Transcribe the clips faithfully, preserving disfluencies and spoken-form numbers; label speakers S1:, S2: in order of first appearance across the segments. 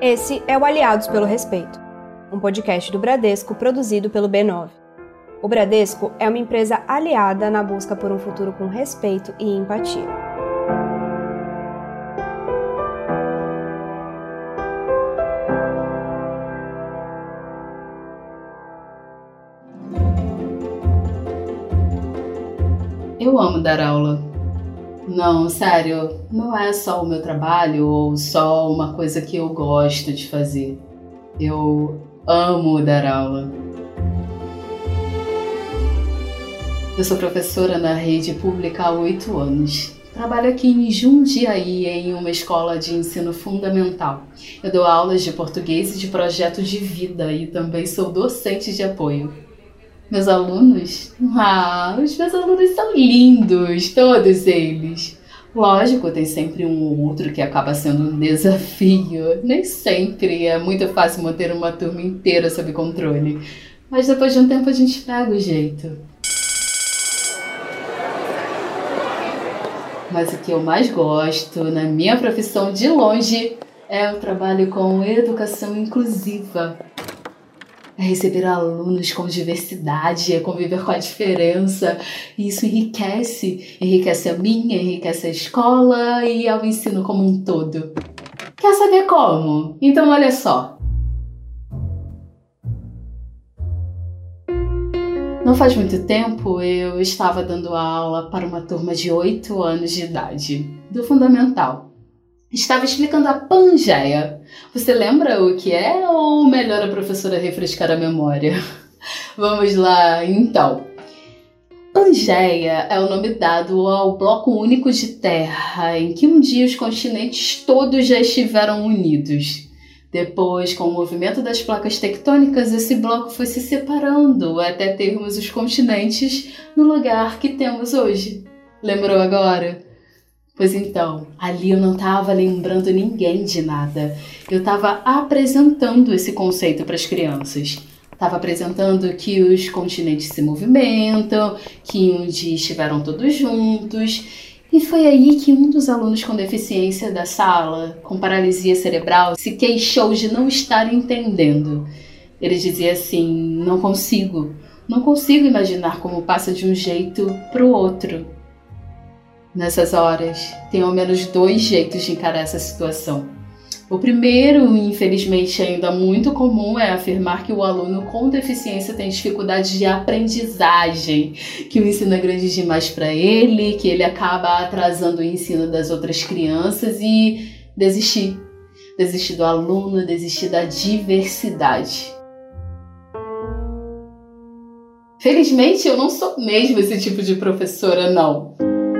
S1: Esse é o Aliados pelo Respeito, um podcast do Bradesco produzido pelo B nove. O Bradesco é uma empresa aliada na busca por um futuro com respeito e empatia.
S2: Eu amo dar aula. Não, sério, não é só o meu trabalho ou só uma coisa que eu gosto de fazer. Eu amo dar aula. Eu sou professora na rede pública há oito anos. Trabalho aqui em Jundiaí, em uma escola de ensino fundamental. Eu dou aulas de português e de projeto de vida e também sou docente de apoio. Meus alunos? Ah, os meus alunos são lindos, todos eles. Lógico, tem sempre um ou outro que acaba sendo um desafio. Nem sempre é muito fácil manter uma turma inteira sob controle. Mas depois de um tempo a gente pega o jeito. Mas o que eu mais gosto na minha profissão de longe é o trabalho com educação inclusiva. É receber alunos com diversidade, é conviver com a diferença. E isso enriquece. Enriquece a minha, enriquece a escola e ao ensino como um todo. Quer saber como? Então olha só. Não faz muito tempo eu estava dando aula para uma turma de oito anos de idade, do Fundamental. Estava explicando a Pangeia. Você lembra o que é ou melhor a professora refrescar a memória? Vamos lá, então. Pangeia é o nome dado ao bloco único de terra em que um dia os continentes todos já estiveram unidos. Depois, com o movimento das placas tectônicas, esse bloco foi se separando até termos os continentes no lugar que temos hoje. Lembrou agora? Pois então, ali eu não estava lembrando ninguém de nada. Eu estava apresentando esse conceito para as crianças. Estava apresentando que os continentes se movimentam, que um dia estiveram todos juntos. E foi aí que um dos alunos com deficiência da sala, com paralisia cerebral, se queixou de não estar entendendo. Ele dizia assim, não consigo, não consigo imaginar como passa de um jeito para o outro. Nessas horas, tem ao menos dois jeitos de encarar essa situação. O primeiro, infelizmente ainda muito comum, é afirmar que o aluno com deficiência tem dificuldade de aprendizagem, que o ensino é grande demais para ele, que ele acaba atrasando o ensino das outras crianças e desistir. Desistir do aluno, desistir da diversidade. Felizmente, eu não sou mesmo esse tipo de professora, não.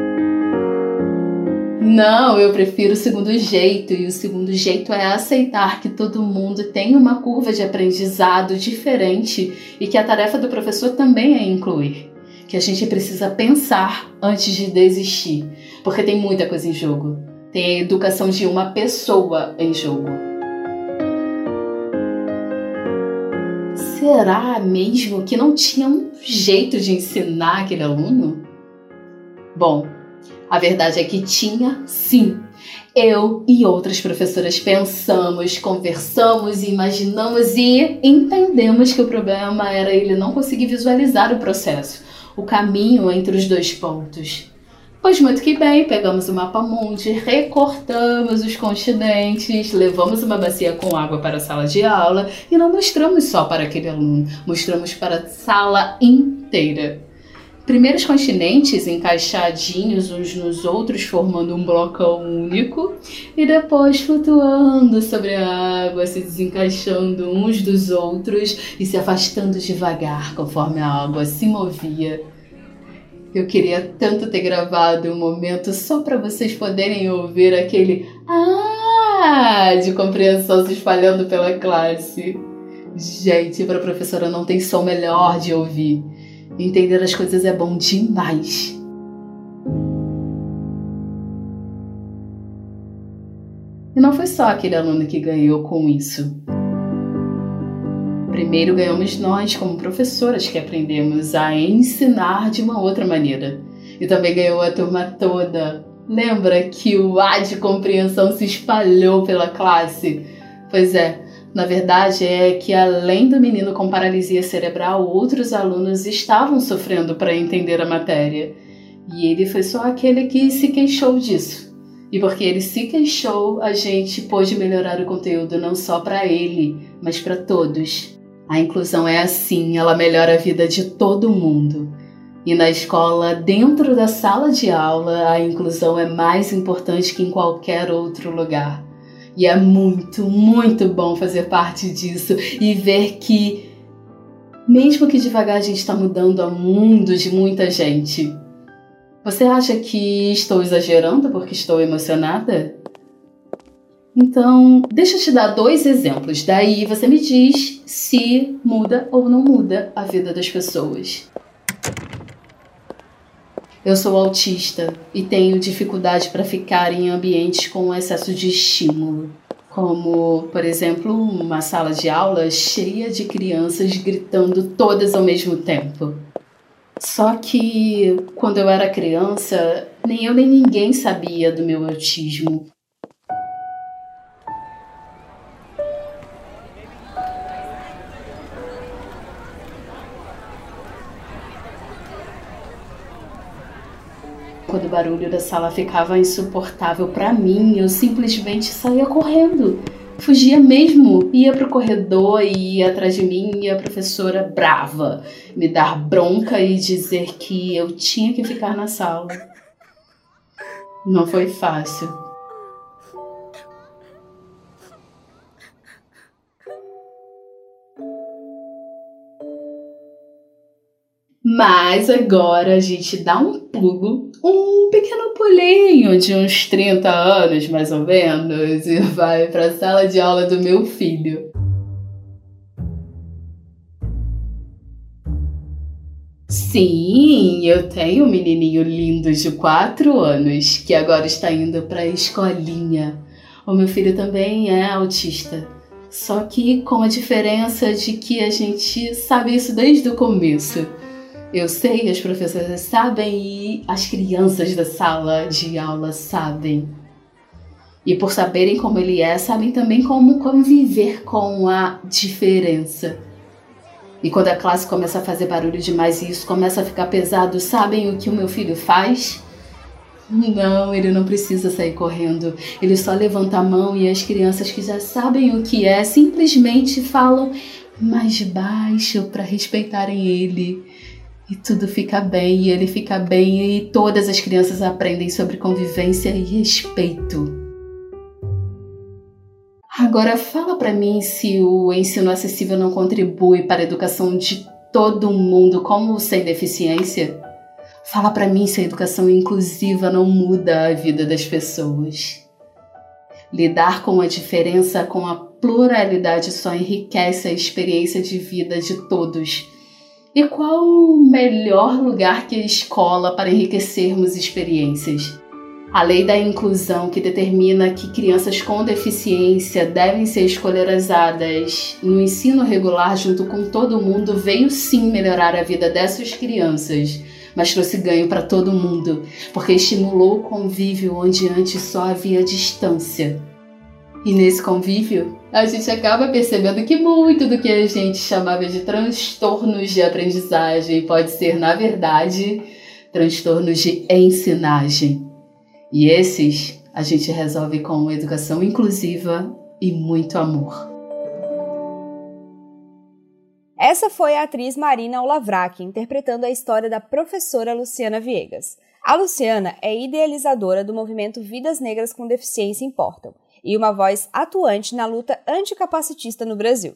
S2: Não, eu prefiro o segundo jeito, e o segundo jeito é aceitar que todo mundo tem uma curva de aprendizado diferente e que a tarefa do professor também é incluir. Que a gente precisa pensar antes de desistir, porque tem muita coisa em jogo. Tem a educação de uma pessoa em jogo. Será mesmo que não tinha um jeito de ensinar aquele aluno? Bom, a verdade é que tinha, sim. Eu e outras professoras pensamos, conversamos, imaginamos e entendemos que o problema era ele não conseguir visualizar o processo, o caminho entre os dois pontos. Pois muito que bem, pegamos o mapa mundi, recortamos os continentes, levamos uma bacia com água para a sala de aula e não mostramos só para aquele aluno, mostramos para a sala inteira. Primeiro os continentes encaixadinhos uns nos outros, formando um blocão único, e depois flutuando sobre a água, se desencaixando uns dos outros e se afastando devagar conforme a água se movia. Eu queria tanto ter gravado um momento só para vocês poderem ouvir aquele ah de compreensão se espalhando pela classe. Gente, para a professora não tem som melhor de ouvir. Entender as coisas é bom demais. E não foi só aquele aluno que ganhou com isso. Primeiro ganhamos nós como professoras que aprendemos a ensinar de uma outra maneira. E também ganhou a turma toda. Lembra que o A de compreensão se espalhou pela classe? Pois é, na verdade é que além do menino com paralisia cerebral, outros alunos estavam sofrendo para entender a matéria. E ele foi só aquele que se queixou disso. E porque ele se queixou, a gente pôde melhorar o conteúdo não só para ele, mas para todos. A inclusão é assim, ela melhora a vida de todo mundo. E na escola, dentro da sala de aula, a inclusão é mais importante que em qualquer outro lugar. E é muito, muito bom fazer parte disso e ver que, mesmo que devagar, a gente está mudando o mundo de muita gente. Você acha que estou exagerando porque estou emocionada? Então, deixa eu te dar dois exemplos. Daí você me diz se muda ou não muda a vida das pessoas. Eu sou autista e tenho dificuldade para ficar em ambientes com excesso de estímulo, como, por exemplo, uma sala de aula cheia de crianças gritando todas ao mesmo tempo. Só que, quando eu era criança, nem eu nem ninguém sabia do meu autismo. Quando o barulho da sala ficava insuportável para mim, eu simplesmente saía correndo. Fugia mesmo, ia pro corredor e ia atrás de mim e a professora brava, me dar bronca e dizer que eu tinha que ficar na sala. Não foi fácil. Mas agora a gente dá um pulo, um pequeno pulinho de uns trinta anos mais ou menos e vai para a sala de aula do meu filho. Sim, eu tenho um menininho lindo de quatro anos que agora está indo para a escolinha. O meu filho também é autista, só que com a diferença de que a gente sabe isso desde o começo. Eu sei, as professoras sabem e as crianças da sala de aula sabem. E por saberem como ele é, sabem também como conviver com a diferença. E quando a classe começa a fazer barulho demais e isso começa a ficar pesado, sabem o que o meu filho faz? Não, ele não precisa sair correndo. Ele só levanta a mão e as crianças que já sabem o que é simplesmente falam mais baixo para respeitarem ele. E tudo fica bem, e ele fica bem, e todas as crianças aprendem sobre convivência e respeito. Agora fala pra mim se o ensino acessível não contribui para a educação de todo mundo, como sem deficiência. Fala pra mim se a educação inclusiva não muda a vida das pessoas. Lidar com a diferença, com a pluralidade só enriquece a experiência de vida de todos. E qual o melhor lugar que a escola para enriquecermos experiências? A lei da inclusão, que determina que crianças com deficiência devem ser escolarizadas no ensino regular junto com todo mundo, veio sim melhorar a vida dessas crianças, mas trouxe ganho para todo mundo, porque estimulou o convívio onde antes só havia distância. E nesse convívio, a gente acaba percebendo que muito do que a gente chamava de transtornos de aprendizagem pode ser, na verdade, transtornos de ensinagem. E esses a gente resolve com educação inclusiva e muito amor.
S1: Essa foi a atriz Marina Olavrak interpretando a história da professora Luciana Viegas. A Luciana é idealizadora do movimento Vidas Negras com Deficiência Importam e uma voz atuante na luta anticapacitista no Brasil.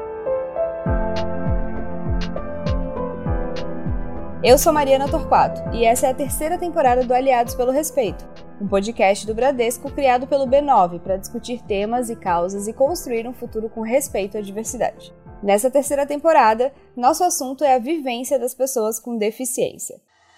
S1: Eu sou Mariana Torquato e essa é a terceira temporada do Aliados pelo Respeito, um podcast do Bradesco criado pelo B nove para discutir temas e causas e construir um futuro com respeito à diversidade. Nessa terceira temporada, nosso assunto é a vivência das pessoas com deficiência.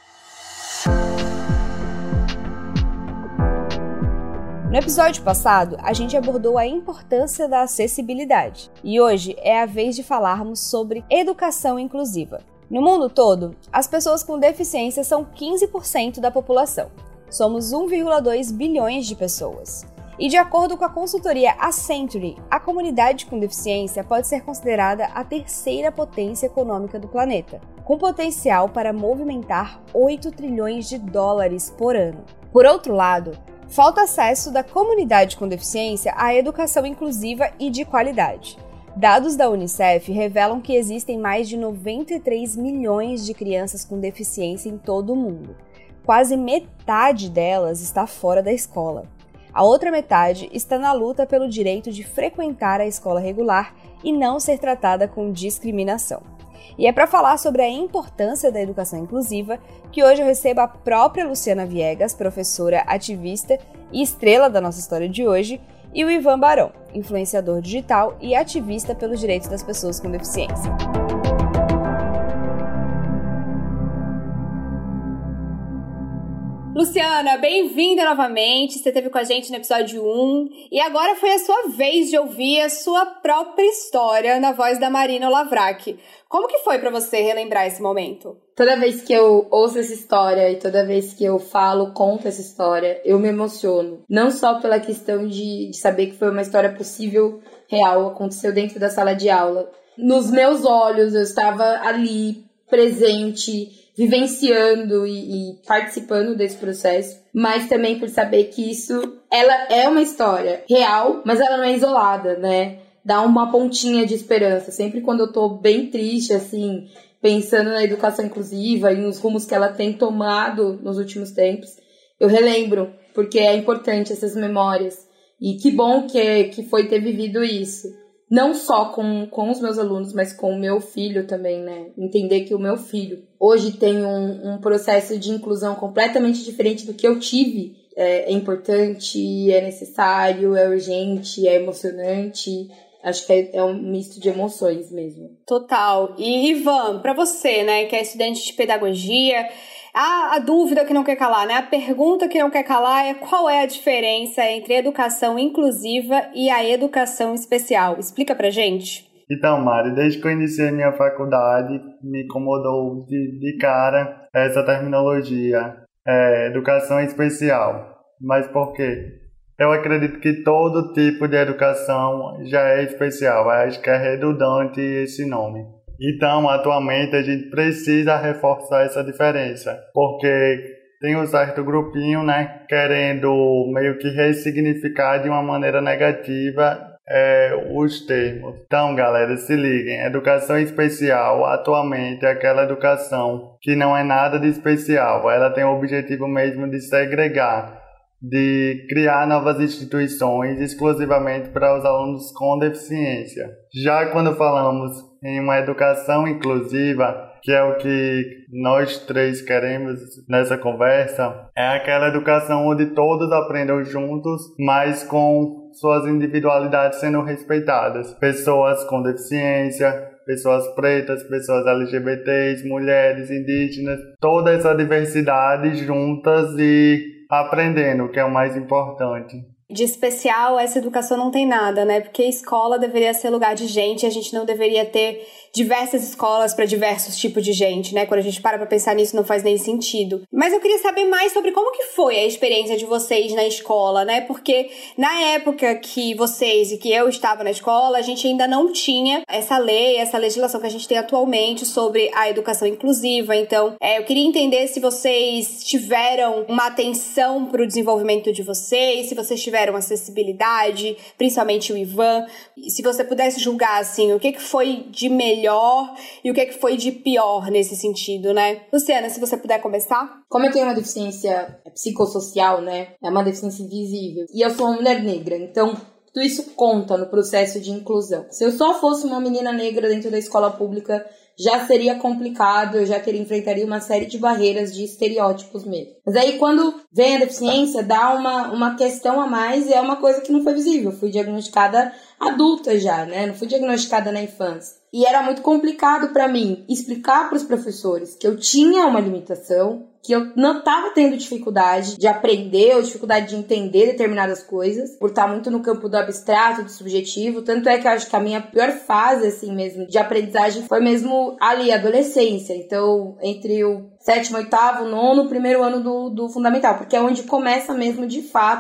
S1: No episódio passado, a gente abordou a importância da acessibilidade e hoje é a vez de falarmos sobre educação inclusiva. No mundo todo, as pessoas com deficiência são quinze por cento da população. Somos um vírgula dois bilhões de pessoas. E de acordo com a consultoria Accenture, a comunidade com deficiência pode ser considerada a terceira potência econômica do planeta, com potencial para movimentar oito trilhões de dólares por ano. Por outro lado, falta acesso da comunidade com deficiência à educação inclusiva e de qualidade. Dados da Unicef revelam que existem mais de noventa e três milhões de crianças com deficiência em todo o mundo. Quase metade delas está fora da escola. A outra metade está na luta pelo direito de frequentar a escola regular e não ser tratada com discriminação. E é para falar sobre a importância da educação inclusiva que hoje eu recebo a própria Luciana Viegas, professora, ativista e estrela da nossa história de hoje, e o Ivan Barão, influenciador digital e ativista pelos direitos das pessoas com deficiência. Luciana, bem-vinda novamente, você esteve com a gente no episódio um e agora foi a sua vez de ouvir a sua própria história na voz da Marina Lavrac. Como que foi para você relembrar esse momento?
S3: Toda vez que eu ouço essa história e toda vez que eu falo, conto essa história, eu me emociono. Não só pela questão de, de saber que foi uma história possível, real, aconteceu dentro da sala de aula. Nos meus olhos, eu estava ali, presente, vivenciando e, e participando desse processo, mas também por saber que isso, ela é uma história real, mas ela não é isolada, né? Dá uma pontinha de esperança. Sempre quando eu tô bem triste, assim, pensando na educação inclusiva e nos rumos que ela tem tomado nos últimos tempos, eu relembro, porque é importante essas memórias. E que bom que, que foi ter vivido isso. Não só com, com os meus alunos, mas com o meu filho também, né? Entender que o meu filho hoje tem um, um processo de inclusão completamente diferente do que eu tive. É, é importante, é necessário, é urgente, é emocionante. Acho que é, é um misto de emoções mesmo.
S1: Total. E Ivan, para você, né, que é estudante de pedagogia, a, a dúvida que não quer calar, né? A pergunta que não quer calar é qual é a diferença entre a educação inclusiva e a educação especial. Explica pra gente.
S4: Então, Mari, desde que eu iniciei minha faculdade, me incomodou de, de cara essa terminologia, é, educação especial. Mas por quê? Eu acredito que todo tipo de educação já é especial. Acho que é redundante esse nome. Então, atualmente, a gente precisa reforçar essa diferença, porque tem um certo grupinho, né, querendo meio que ressignificar de uma maneira negativa é, os termos. Então, galera, se liguem, educação especial, atualmente, é aquela educação que não é nada de especial, ela tem o objetivo mesmo de segregar, de criar novas instituições exclusivamente para os alunos com deficiência. Já quando falamos em uma educação inclusiva, que é o que nós três queremos nessa conversa, é aquela educação onde todos aprendam juntos, mas com suas individualidades sendo respeitadas. Pessoas com deficiência, pessoas pretas, pessoas L G B T s, mulheres, indígenas, toda essa diversidade juntas e aprendendo, que é o mais importante.
S1: De especial, essa educação não tem nada, né? Porque a escola deveria ser lugar de gente, a gente não deveria ter diversas escolas para diversos tipos de gente, né? Quando a gente para pra pensar nisso, não faz nem sentido. Mas eu queria saber mais sobre como que foi a experiência de vocês na escola, né? Porque na época que vocês e que eu estava na escola, a gente ainda não tinha essa lei, essa legislação que a gente tem atualmente sobre a educação inclusiva. Então, é, eu queria entender se vocês tiveram uma atenção para o desenvolvimento de vocês, se vocês tiveram acessibilidade, principalmente o Ivan. E se você pudesse julgar, assim, o que que foi de melhor e o que que foi de pior nesse sentido, né? Luciana, se você puder começar.
S3: Como eu tenho uma deficiência psicossocial, né? É uma deficiência invisível. E eu sou uma mulher negra, então tudo isso conta no processo de inclusão. Se eu só fosse uma menina negra dentro da escola pública, já seria complicado, eu já teria, enfrentaria uma série de barreiras, de estereótipos mesmo. Mas aí quando vem a deficiência, dá uma, uma questão a mais e é uma coisa que não foi visível. Eu fui diagnosticada adulta já, né? Não fui diagnosticada na infância. E era muito complicado para mim explicar para os professores que eu tinha uma limitação, que eu não estava tendo dificuldade de aprender ou dificuldade de entender determinadas coisas, por estar muito no campo do abstrato, do subjetivo. Tanto é que eu acho que a minha pior fase, assim mesmo, de aprendizagem foi mesmo ali, a adolescência. Então, entre o sétimo, oitavo, nono, primeiro ano do, do fundamental, porque é onde começa mesmo, de fato,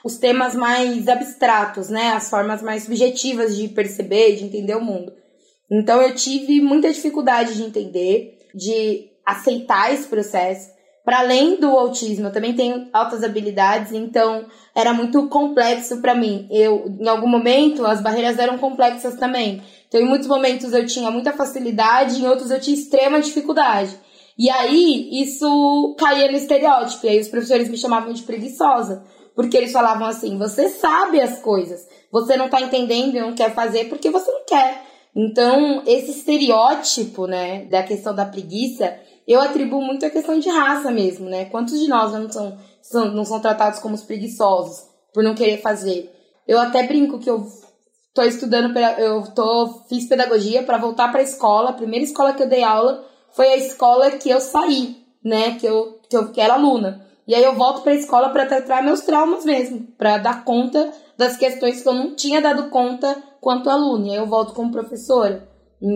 S3: os temas mais abstratos, né? As formas mais subjetivas de perceber, de entender o mundo. Então eu tive muita dificuldade de entender, de aceitar esse processo. Para além do autismo, eu também tenho altas habilidades, então era muito complexo para mim. Eu, em algum momento, as barreiras eram complexas também. Então, em muitos momentos eu tinha muita facilidade, em outros eu tinha extrema dificuldade. E aí, isso caía no estereótipo. E aí os professores me chamavam de preguiçosa. Porque eles falavam assim, você sabe as coisas, você não tá entendendo e não quer fazer porque você não quer. Então, esse estereótipo, né, da questão da preguiça, eu atribuo muito a questão de raça mesmo, né? Quantos de nós não são, são, não são tratados como os preguiçosos por não querer fazer? Eu até brinco que eu tô estudando, eu tô, fiz pedagogia para voltar para a escola. A primeira escola que eu dei aula foi a escola que eu saí, né? Que eu, que eu que era aluna. E aí eu volto para a escola para tratar meus traumas mesmo, para dar conta das questões que eu não tinha dado conta quanto aluna. E aí eu volto como professora.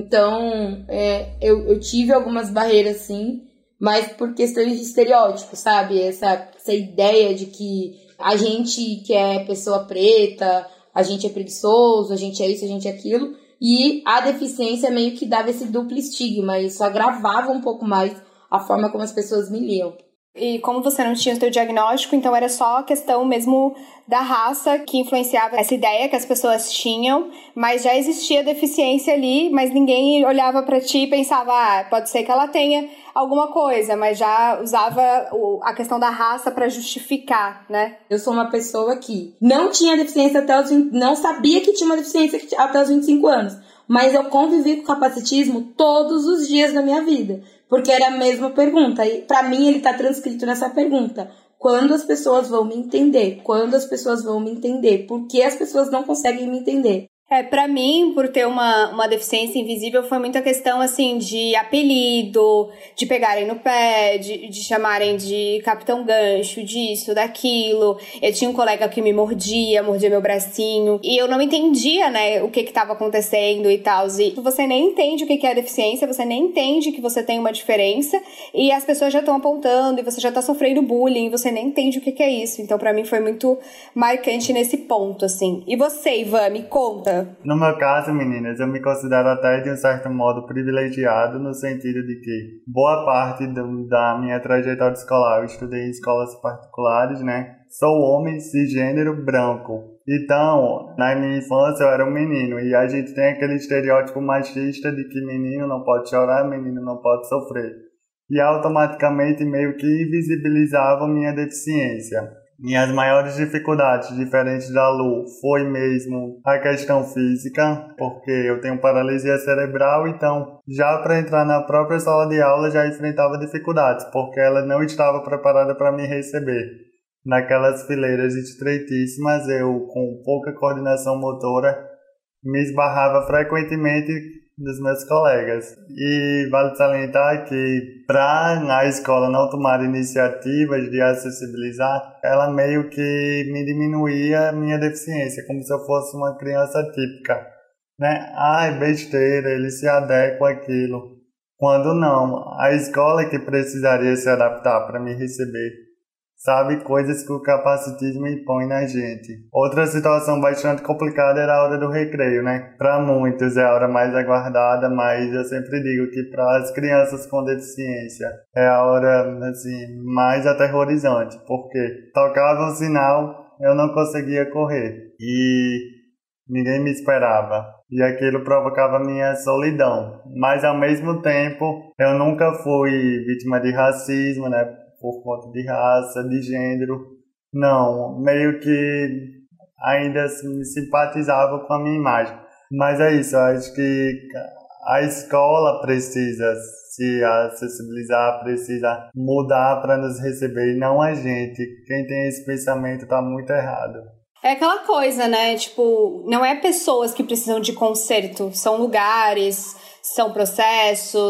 S3: Então, é, eu, eu tive algumas barreiras, sim, mas por questões de estereótipo, sabe? Essa, essa ideia de que a gente que é pessoa preta, a gente é preguiçoso, a gente é isso, a gente é aquilo. E a deficiência meio que dava esse duplo estigma, e isso agravava um pouco mais a forma como as pessoas me liam.
S1: E como você não tinha o seu diagnóstico, então era só a questão mesmo da raça que influenciava essa ideia que as pessoas tinham, mas já existia deficiência ali, mas ninguém olhava pra ti e pensava, ah, pode ser que ela tenha alguma coisa, mas já usava o, a questão da raça pra justificar, né?
S3: Eu sou uma pessoa que não tinha deficiência até os vinte, não sabia que tinha uma deficiência até os vinte e cinco anos, mas eu convivi com capacitismo todos os dias da minha vida. Porque era a mesma pergunta. E pra mim ele tá transcrito nessa pergunta. Quando as pessoas vão me entender? Quando as pessoas vão me entender? Por que as pessoas não conseguem me entender?
S1: É, pra mim, por ter uma, uma deficiência invisível, foi muita questão, assim, de apelido, de pegarem no pé, de, de chamarem de Capitão Gancho, disso, daquilo. Eu tinha um colega que me mordia, mordia meu bracinho, e eu não entendia, né, o que que tava acontecendo e tal. E você nem entende o que que é deficiência, você nem entende que você tem uma diferença, e as pessoas já estão apontando, e você já tá sofrendo bullying, e você nem entende o que que é isso. Então, pra mim, foi muito marcante nesse ponto, assim. E você, Ivan, me conta.
S4: No meu caso, meninas, eu me considero até de um certo modo privilegiado, no sentido de que boa parte do, da minha trajetória escolar eu estudei em escolas particulares, né? Sou homem cisgênero branco. Então, na minha infância eu era um menino, e a gente tem aquele estereótipo machista de que menino não pode chorar, menino não pode sofrer. E automaticamente meio que invisibilizavam minha deficiência. Minhas maiores dificuldades, diferentes da Lu, foi mesmo a questão física, porque eu tenho paralisia cerebral, então já para entrar na própria sala de aula já enfrentava dificuldades, porque ela não estava preparada para me receber. Naquelas fileiras estreitíssimas, eu com pouca coordenação motora, me esbarrava frequentemente dos meus colegas. E vale salientar que para a escola não tomar iniciativas de acessibilizar, ela meio que me diminuía a minha deficiência, como se eu fosse uma criança típica, né? Ai, besteira, ele se adequa àquilo. Quando não, a escola que precisaria se adaptar para me receber. Sabe, coisas que o capacitismo impõe na gente. Outra situação bastante complicada era a hora do recreio, né? Para muitos é a hora mais aguardada, mas eu sempre digo que para as crianças com deficiência é a hora, assim, mais aterrorizante, porque tocava um sinal, eu não conseguia correr e ninguém me esperava. E aquilo provocava minha solidão. Mas ao mesmo tempo, eu nunca fui vítima de racismo, né? Por conta de raça, de gênero. Não, meio que ainda me simpatizava com a minha imagem. Mas é isso, eu acho que a escola precisa se acessibilizar, precisa mudar para nos receber, e não a gente. Quem tem esse pensamento está muito errado.
S1: É aquela coisa, né? Tipo, não é pessoas que precisam de conserto, são lugares, são processos,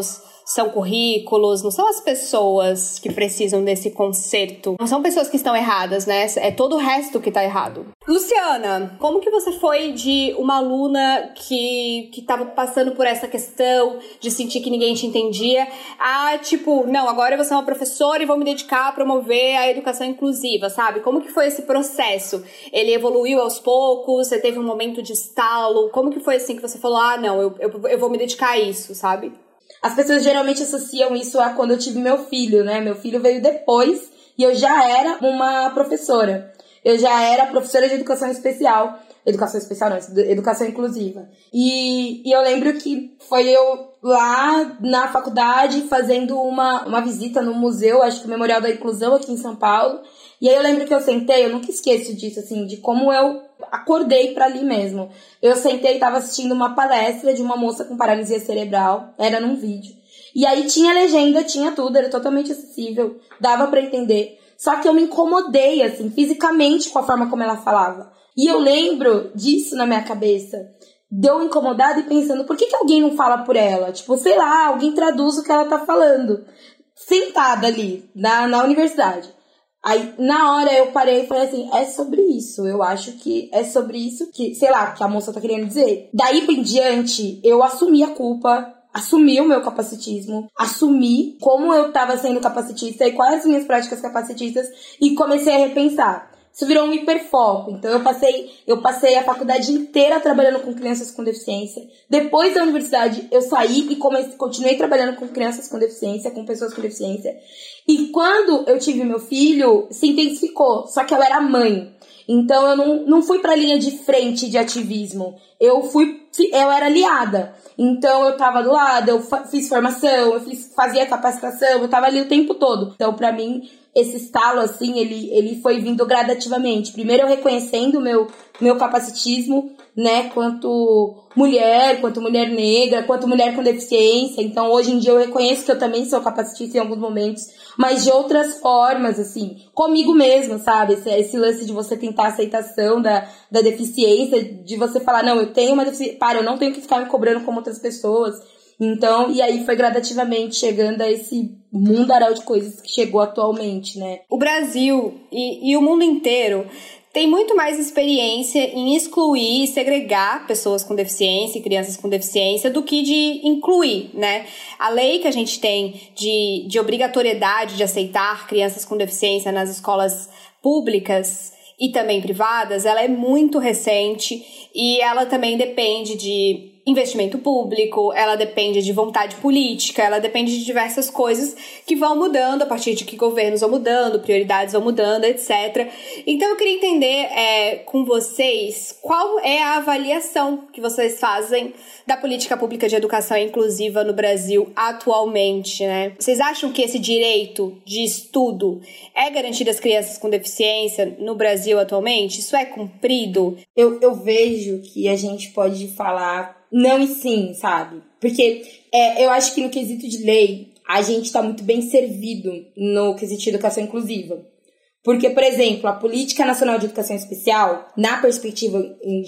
S1: são currículos, não são as pessoas que precisam desse conserto. Não são pessoas que estão erradas, né? É todo o resto que tá errado. Luciana, como que você foi de uma aluna que, que tava passando por essa questão de sentir que ninguém te entendia a, tipo, não, agora eu vou ser uma professora e vou me dedicar a promover a educação inclusiva, sabe? Como que foi esse processo? Ele evoluiu aos poucos? Você teve um momento de estalo? Como que foi assim que você falou, ah, não, eu, eu, eu vou me dedicar a isso, sabe?
S3: As pessoas geralmente associam isso a quando eu tive meu filho, né? Meu filho veio depois e eu já era uma professora. Eu já era professora de educação especial. Educação especial não, educação inclusiva. E, e eu lembro que foi eu lá na faculdade fazendo uma, uma visita no museu, acho que o Memorial da Inclusão aqui em São Paulo. E aí eu lembro que eu sentei, eu nunca esqueço disso, assim, de como eu acordei pra ali mesmo. Eu sentei e tava assistindo uma palestra de uma moça com paralisia cerebral, era num vídeo. E aí tinha legenda, tinha tudo, era totalmente acessível, dava pra entender. Só que eu me incomodei, assim, fisicamente com a forma como ela falava. E eu lembro disso na minha cabeça. Deu incomodada e pensando, por que que alguém não fala por ela? Tipo, sei lá, alguém traduz o que ela tá falando. Sentada ali, na, na universidade. Aí, na hora, eu parei e falei assim, é sobre isso. Eu acho que é sobre isso que, sei lá, que a moça tá querendo dizer. Daí em diante, eu assumi a culpa, assumi o meu capacitismo, assumi como eu tava sendo capacitista e quais as minhas práticas capacitistas e comecei a repensar. Isso virou um hiperfoco. Então eu passei, eu passei a faculdade inteira trabalhando com crianças com deficiência. Depois da universidade eu saí e comecei, continuei trabalhando com crianças com deficiência, com pessoas com deficiência. E quando eu tive meu filho, se intensificou. Só que eu era mãe. Então eu não, não fui pra linha de frente de ativismo. Eu fui, eu era aliada. Então eu tava do lado, eu fiz formação, eu fiz, fazia capacitação, eu tava ali o tempo todo. Então pra mim, esse estalo, assim, ele, ele foi vindo gradativamente. Primeiro eu reconhecendo o meu, meu capacitismo, né, quanto mulher, quanto mulher negra, quanto mulher com deficiência. Então hoje em dia eu reconheço que eu também sou capacitista em alguns momentos, mas de outras formas, assim, comigo mesma, sabe? Esse, esse lance de você tentar a aceitação da, da deficiência, de você falar, não, eu tenho uma deficiência, para, eu não tenho que ficar me cobrando como outras pessoas. Então, e aí foi gradativamente chegando a esse mundaréu de coisas que chegou atualmente, né?
S1: O Brasil e, e o mundo inteiro tem muito mais experiência em excluir e segregar pessoas com deficiência e crianças com deficiência do que de incluir, né? A lei que a gente tem de, de obrigatoriedade de aceitar crianças com deficiência nas escolas públicas e também privadas, ela é muito recente e ela também depende de investimento público, ela depende de vontade política, ela depende de diversas coisas que vão mudando a partir de que governos vão mudando, prioridades vão mudando, etcétera. Então eu queria entender é, com vocês qual é a avaliação que vocês fazem da política pública de educação inclusiva no Brasil atualmente, né? Vocês acham que esse direito de estudo é garantido às crianças com deficiência no Brasil atualmente? Isso é cumprido?
S3: Eu, eu vejo que a gente pode falar não e sim, sabe? Porque é, eu acho que no quesito de lei, a gente tá muito bem servido no quesito de educação inclusiva. Porque, por exemplo, a Política Nacional de Educação Especial, na perspectiva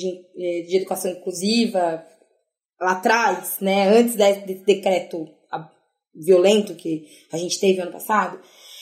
S3: de, de educação inclusiva, lá atrás, né, antes desse decreto violento que a gente teve ano passado,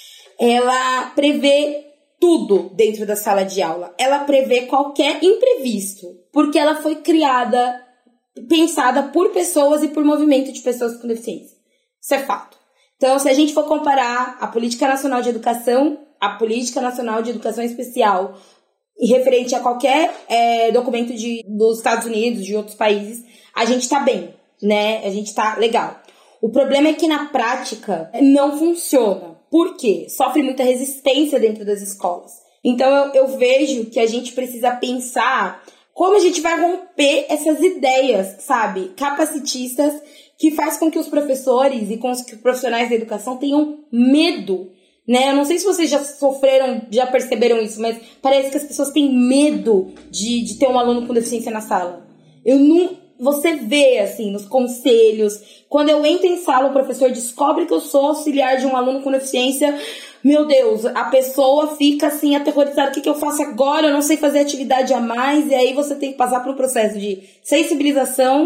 S3: ela prevê tudo dentro da sala de aula. Ela prevê qualquer imprevisto, porque ela foi criada, pensada por pessoas e por movimento de pessoas com deficiência. Isso é fato. Então, se a gente for comparar a Política Nacional de Educação, a Política Nacional de Educação Especial, e referente a qualquer é, documento de, dos Estados Unidos, de outros países, a gente tá bem, né? A gente tá legal. O problema é que na prática não funciona. Por quê? Sofre muita resistência dentro das escolas. Então, eu, eu vejo que a gente precisa pensar como a gente vai romper essas ideias, sabe, capacitistas, que faz com que os professores e com os profissionais da educação tenham medo, né? Eu não sei se vocês já sofreram, já perceberam isso, mas parece que as pessoas têm medo de, de ter um aluno com deficiência na sala. Eu não... Você vê, assim, nos conselhos, quando eu entro em sala, o professor descobre que eu sou auxiliar de um aluno com deficiência, meu Deus, a pessoa fica, assim, aterrorizada, o que, que eu faço agora? Eu não sei fazer atividade a mais, e aí você tem que passar por um processo de sensibilização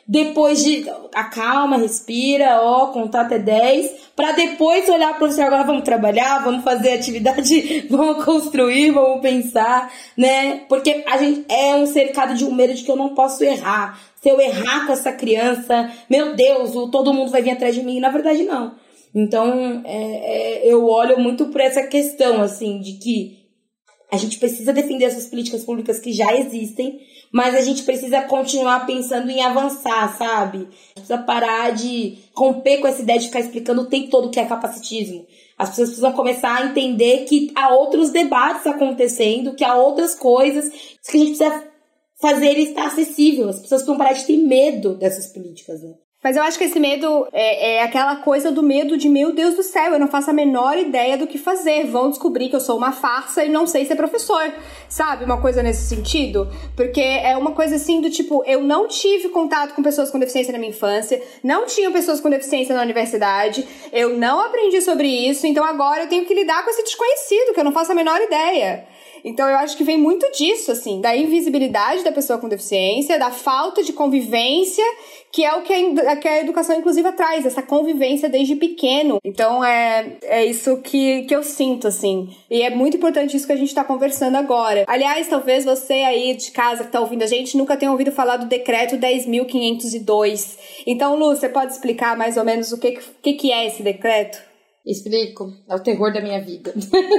S3: depois de acalma, respira, ó, contar até dez, para depois olhar para o professor, agora vamos trabalhar, vamos fazer atividade, vamos construir, vamos pensar, né? Porque a gente é um cercado de um medo de que eu não posso errar. Se eu errar com essa criança, meu Deus, todo mundo vai vir atrás de mim. E na verdade, não. Então, é, é, eu olho muito por essa questão, assim, de que a gente precisa defender essas políticas públicas que já existem, mas a gente precisa continuar pensando em avançar, sabe? Precisa parar de romper com essa ideia de ficar explicando o tempo todo o que é capacitismo. As pessoas precisam começar a entender que há outros debates acontecendo, que há outras coisas, que a gente precisa fazer ele estar acessível. As pessoas precisam parar de ter medo dessas políticas, né?
S1: Mas eu acho que esse medo é, é aquela coisa do medo de, meu Deus do céu, eu não faço a menor ideia do que fazer. Vão descobrir que eu sou uma farsa e não sei ser professor, sabe? Uma coisa nesse sentido. Porque é uma coisa assim do tipo, eu não tive contato com pessoas com deficiência na minha infância, não tinha pessoas com deficiência na universidade, eu não aprendi sobre isso, então agora eu tenho que lidar com esse desconhecido, que eu não faço a menor ideia. Então eu acho que vem muito disso, assim, da invisibilidade da pessoa com deficiência, da falta de convivência, que é o que a, que a educação inclusiva traz, essa convivência desde pequeno. Então é, é isso que, que eu sinto, assim. E é muito importante isso que a gente tá conversando agora. Aliás, talvez você aí de casa que tá ouvindo a gente nunca tenha ouvido falar do decreto dez mil quinhentos e dois. Então, Lu, você pode explicar mais ou menos o que, que, que é esse decreto?
S3: Explico. É o terror da minha vida.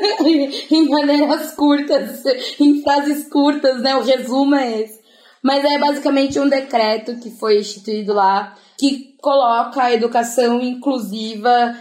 S3: Em maneiras curtas, em frases curtas, né? O resumo é esse. Mas é basicamente um decreto que foi instituído lá, que coloca a educação inclusiva,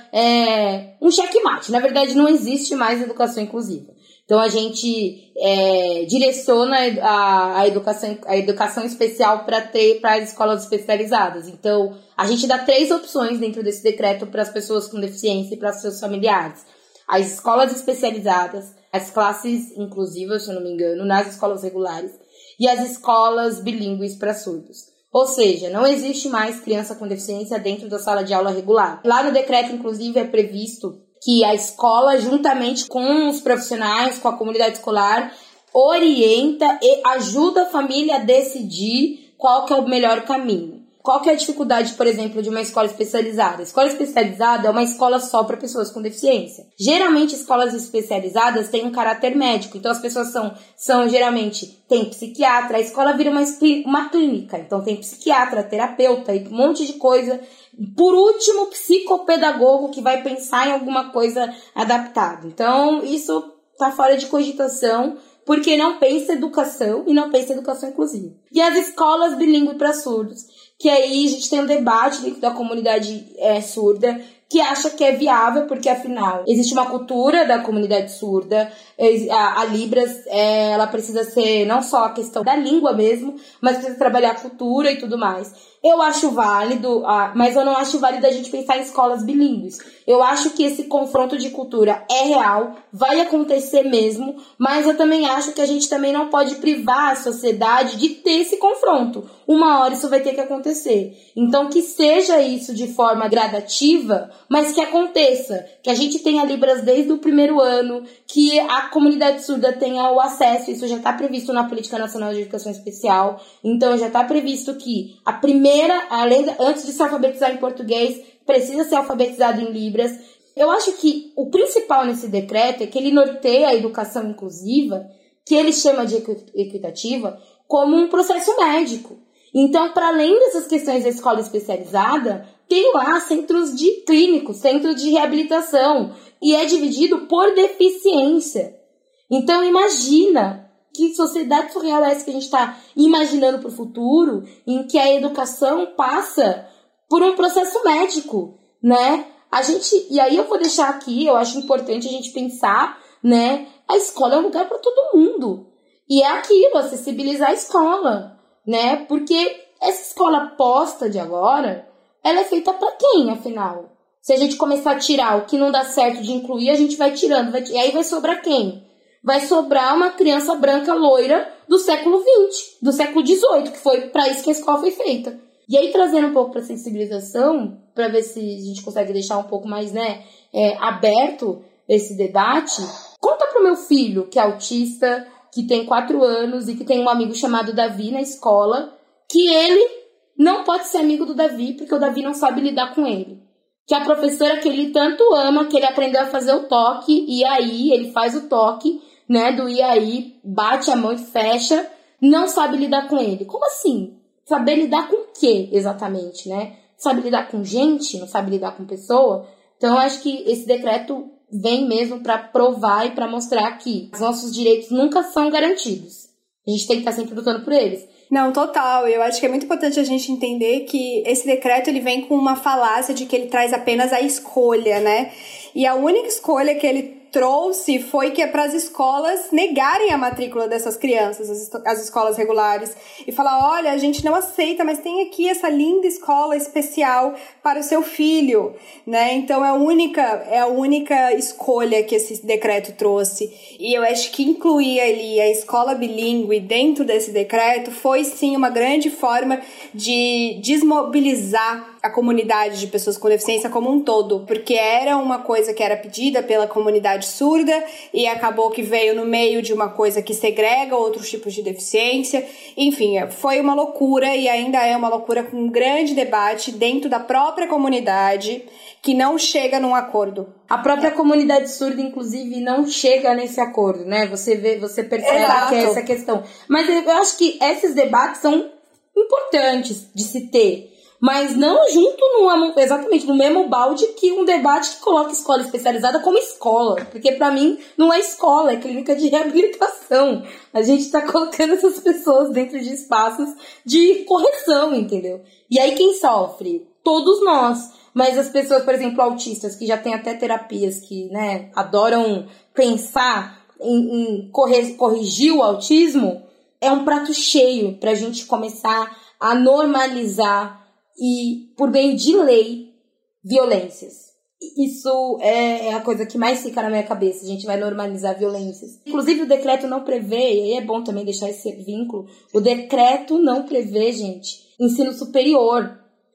S3: é, um checkmate. Na verdade, não existe mais educação inclusiva. Então, a gente é, direciona a, a, educação, a educação especial para as escolas especializadas. Então, a gente dá três opções dentro desse decreto para as pessoas com deficiência e para seus familiares. As escolas especializadas, as classes inclusivas, se eu não me engano, nas escolas regulares, e as escolas bilíngues para surdos. Ou seja, não existe mais criança com deficiência dentro da sala de aula regular. Lá no decreto, inclusive, é previsto que a escola, juntamente com os profissionais, com a comunidade escolar, orienta e ajuda a família a decidir qual que é o melhor caminho. Qual que é a dificuldade, por exemplo, de uma escola especializada? A escola especializada é uma escola só para pessoas com deficiência. Geralmente, escolas especializadas têm um caráter médico. Então, as pessoas são, são geralmente, tem psiquiatra. A escola vira uma, uma clínica. Então, tem psiquiatra, terapeuta e um monte de coisa. Por último, psicopedagogo que vai pensar em alguma coisa adaptada. Então, isso está fora de cogitação, porque não pensa educação e não pensa educação inclusiva. E as escolas bilíngue para surdos, que aí a gente tem um debate dentro da comunidade é, surda, que acha que é viável, porque afinal existe uma cultura da comunidade surda, a, a Libras, é, ela precisa ser não só a questão da língua mesmo, mas precisa trabalhar a cultura e tudo mais. Eu acho válido, mas eu não acho válido a gente pensar em escolas bilíngues. Eu acho que esse confronto de cultura é real, vai acontecer mesmo, mas eu também acho que a gente também não pode privar a sociedade de ter esse confronto. Uma hora isso vai ter que acontecer. Então, que seja isso de forma gradativa, mas que aconteça. Que a gente tenha Libras desde o primeiro ano, que a comunidade surda tenha o acesso, isso já está previsto na Política Nacional de Educação Especial. Então, já está previsto que a primeira Além de, antes de se alfabetizar em português, precisa ser alfabetizado em Libras. Eu acho que o principal nesse decreto é que ele norteia a educação inclusiva, que ele chama de equitativa, como um processo médico. Então, para além dessas questões da escola especializada, tem lá centros de clínicos, centros de reabilitação, e é dividido por deficiência. Então, imagina que sociedade surreal é essa que a gente está imaginando para o futuro, em que a educação passa por um processo médico, né? A gente, e aí eu vou deixar aqui, eu acho importante a gente pensar, né? A escola é um lugar para todo mundo. E é aquilo, acessibilizar a escola, né? Porque essa escola posta de agora, ela é feita para quem, afinal? Se a gente começar a tirar o que não dá certo de incluir, a gente vai tirando, vai, e aí vai sobrar quem? Vai sobrar uma criança branca loira do século vinte, do século dezoito, que foi para isso que a escola foi feita. E aí, trazendo um pouco para sensibilização, para ver se a gente consegue deixar um pouco mais, né, é, aberto esse debate, conta pro meu filho, que é autista, que tem quatro anos e que tem um amigo chamado Davi na escola, que ele não pode ser amigo do Davi, porque o Davi não sabe lidar com ele. Que a professora que ele tanto ama, que ele aprendeu a fazer o toque, e aí ele faz o toque, né, do e aí, bate a mão e fecha, não sabe lidar com ele. Como assim? Saber lidar com o quê, exatamente, né? Sabe lidar com gente, não sabe lidar com pessoa? Então, eu acho que esse decreto vem mesmo para provar e para mostrar que os nossos direitos nunca são garantidos. A gente tem que estar sempre lutando por eles.
S1: Não, total. Eu acho que é muito importante a gente entender que esse decreto ele vem com uma falácia de que ele traz apenas a escolha, né? E a única escolha que ele trouxe foi que é para as escolas negarem a matrícula dessas crianças, as, as escolas regulares, e falar, olha, a gente não aceita, mas tem aqui essa linda escola especial para o seu filho, né? Então é a única, é a única escolha que esse decreto trouxe. E eu acho que incluir ali a escola bilíngue dentro desse decreto foi sim uma grande forma de desmobilizar a comunidade de pessoas com deficiência como um todo, porque era uma coisa que era pedida pela comunidade surda e acabou que veio no meio de uma coisa que segrega outros tipos de deficiência. Enfim, foi uma loucura e ainda é uma loucura com um grande debate dentro da própria comunidade que não chega num acordo.
S3: A própria comunidade surda, inclusive, não chega nesse acordo, né? Você vê, você percebe
S1: Exato.
S3: que é essa questão. Mas eu acho que esses debates são importantes de se ter. Mas não junto no, exatamente no mesmo balde que um debate que coloca escola especializada como escola. Porque pra mim não é escola, é clínica de reabilitação. A gente tá colocando essas pessoas dentro de espaços de correção, entendeu? E aí quem sofre? Todos nós. Mas as pessoas, por exemplo, autistas, que já têm até terapias que, né, adoram pensar em, em corre, corrigir o autismo, é um prato cheio pra gente começar a normalizar e, por meio de lei, violências. Isso é a coisa que mais fica na minha cabeça. A gente vai normalizar violências. Inclusive, o decreto não prevê, e aí é bom também deixar esse vínculo, o decreto não prevê, gente, ensino superior.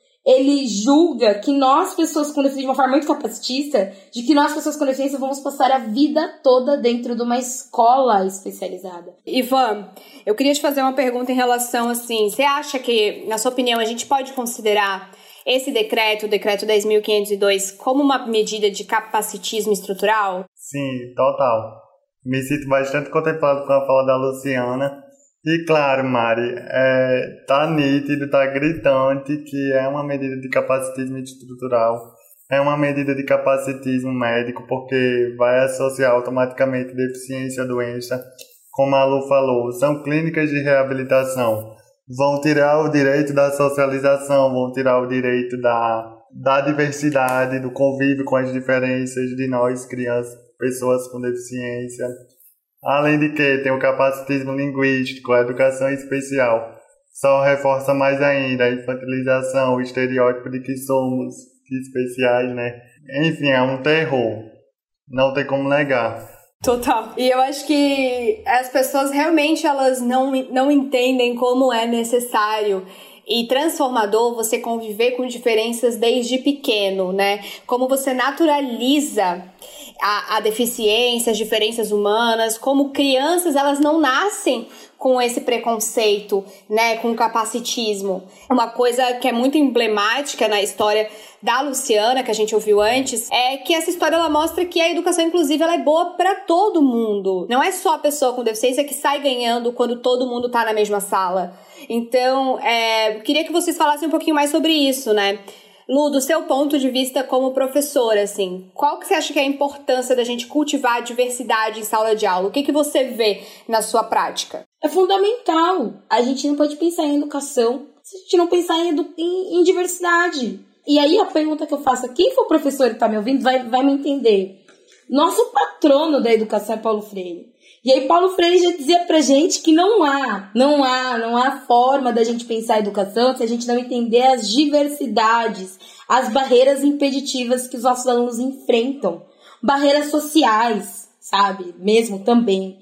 S3: Ele julga que nós, pessoas com deficiência, de uma forma muito capacitista, de que nós, pessoas com deficiência, vamos passar a vida toda dentro de uma escola especializada.
S1: Ivan, eu queria te fazer uma pergunta em relação, assim, você acha que, na sua opinião, a gente pode considerar esse decreto, o decreto dez mil quinhentos e dois, como uma medida de capacitismo estrutural?
S4: Sim, total. Me sinto bastante contemplado com a fala da Luciana. E claro, Mari, é, tá nítido, tá gritante que é uma medida de capacitismo estrutural, é uma medida de capacitismo médico, porque vai associar automaticamente deficiência à doença, como a Lu falou, são clínicas de reabilitação, vão tirar o direito da socialização, vão tirar o direito da, da diversidade, do convívio com as diferenças de nós, crianças, pessoas com deficiência. Além de que tem o capacitismo linguístico, a educação especial. Só reforça mais ainda a infantilização, o estereótipo de que somos especiais, né? Enfim, é um terror. Não tem como negar.
S1: Total. E eu acho que as pessoas realmente elas não, não entendem como é necessário e transformador você conviver com diferenças desde pequeno, né? Como você naturaliza a, a deficiência, as diferenças humanas, como crianças elas não nascem com esse preconceito, né, com o capacitismo. Uma coisa que é muito emblemática na história da Luciana, que a gente ouviu antes, é que essa história ela mostra que a educação inclusiva ela é boa para todo mundo. Não é só a pessoa com deficiência que sai ganhando quando todo mundo tá na mesma sala. Então, é, eu queria que vocês falassem um pouquinho mais sobre isso, né? Lu, do seu ponto de vista como professora, assim, qual que você acha que é a importância da gente cultivar a diversidade em sala de aula? O que, que você vê na sua prática?
S3: É fundamental. A gente não pode pensar em educação se a gente não pensar em, edu- em, em diversidade. E aí a pergunta que eu faço, quem for professor que tá me ouvindo vai, vai me entender. Nosso patrono da educação é Paulo Freire. E aí Paulo Freire já dizia pra gente que não há, não há, não há forma da gente pensar a educação se a gente não entender as diversidades, as barreiras impeditivas que os nossos alunos enfrentam. Barreiras sociais, sabe? Mesmo também.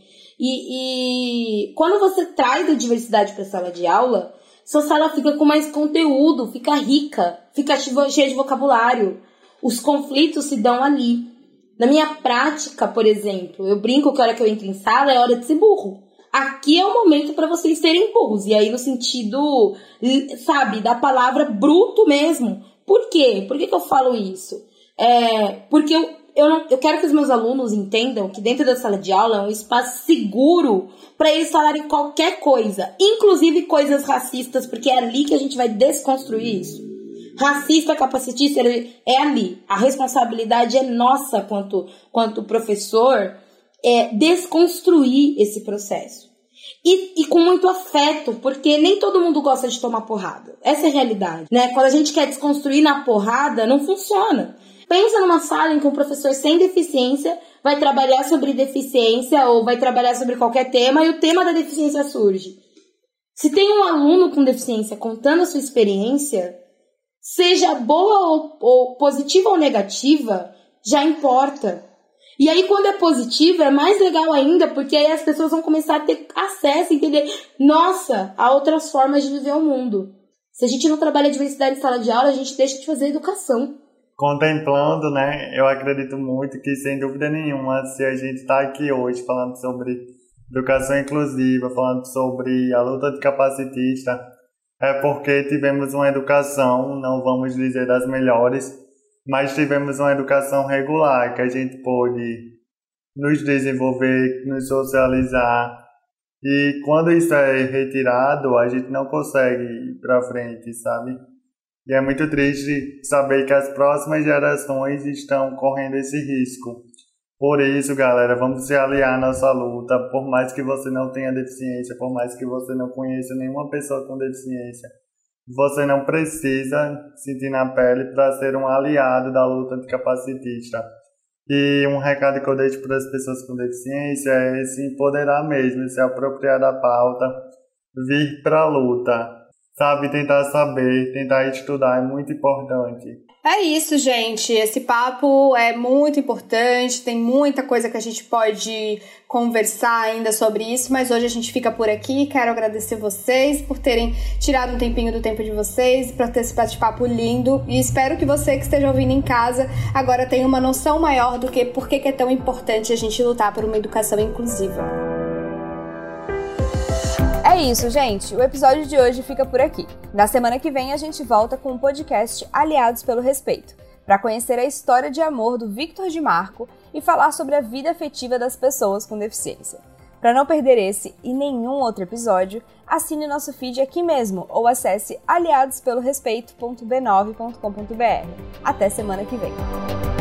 S3: E, e quando você traz a diversidade para a sala de aula, sua sala fica com mais conteúdo, fica rica, fica cheia de vocabulário. Os conflitos se dão ali. Na minha prática, por exemplo, eu brinco que a hora que eu entro em sala é hora de ser burro. aqui é o momento para vocês serem burros. E aí no sentido, sabe, da palavra bruto mesmo. Por quê? Por que que eu falo isso? É, porque eu, eu, não, eu quero que os meus alunos entendam que dentro da sala de aula é um espaço seguro para eles falarem qualquer coisa, inclusive coisas racistas, porque é ali que a gente vai desconstruir isso. Racista, capacitista, é ali. A responsabilidade é nossa quanto, quanto professor, é desconstruir esse processo. E, e com muito afeto, porque nem todo mundo gosta de tomar porrada. Essa é a realidade, né? Quando a gente quer desconstruir na porrada, não funciona. Pensa numa sala em que um professor sem deficiência vai trabalhar sobre deficiência ou vai trabalhar sobre qualquer tema e o tema da deficiência surge. Se tem um aluno com deficiência contando a sua experiência, seja boa ou, ou positiva ou negativa, já importa. E aí, quando é positivo, é mais legal ainda, porque aí as pessoas vão começar a ter acesso, entender, nossa, há outras formas de viver o mundo. Se a gente não trabalha a diversidade em sala de aula, a gente deixa de fazer educação.
S4: Contemplando, né, eu acredito muito que, sem dúvida nenhuma, se a gente está aqui hoje falando sobre educação inclusiva, falando sobre a luta de capacitista, é porque tivemos uma educação, não vamos dizer das melhores, mas tivemos uma educação regular, que a gente pôde nos desenvolver, nos socializar. E quando isso é retirado, a gente não consegue ir para frente, sabe? E é muito triste saber que as próximas gerações estão correndo esse risco. Por isso, galera, vamos se aliar à nossa luta. Por mais que você não tenha deficiência, por mais que você não conheça nenhuma pessoa com deficiência, você não precisa sentir na pele para ser um aliado da luta anticapacitista. E um recado que eu deixo para as pessoas com deficiência é se empoderar mesmo, se apropriar da pauta, vir para a luta. Sabe, tentar saber, tentar estudar é muito importante.
S1: É isso, gente. Esse papo é muito importante, tem muita coisa que a gente pode conversar ainda sobre isso, mas hoje a gente fica por aqui. Quero agradecer vocês por terem tirado um tempinho do tempo de vocês, para ter esse bate-papo lindo, e espero que você que esteja ouvindo em casa agora tenha uma noção maior do que por que é tão importante a gente lutar por uma educação inclusiva. É isso, gente. O episódio de hoje fica por aqui. Na semana que vem a gente volta com o podcast Aliados pelo Respeito, para conhecer a história de amor do Victor de Marco e falar sobre a vida afetiva das pessoas com deficiência. Para não perder esse e nenhum outro episódio, assine nosso feed aqui mesmo ou acesse aliados pelo respeito ponto b nove ponto com ponto b r. Até semana que vem.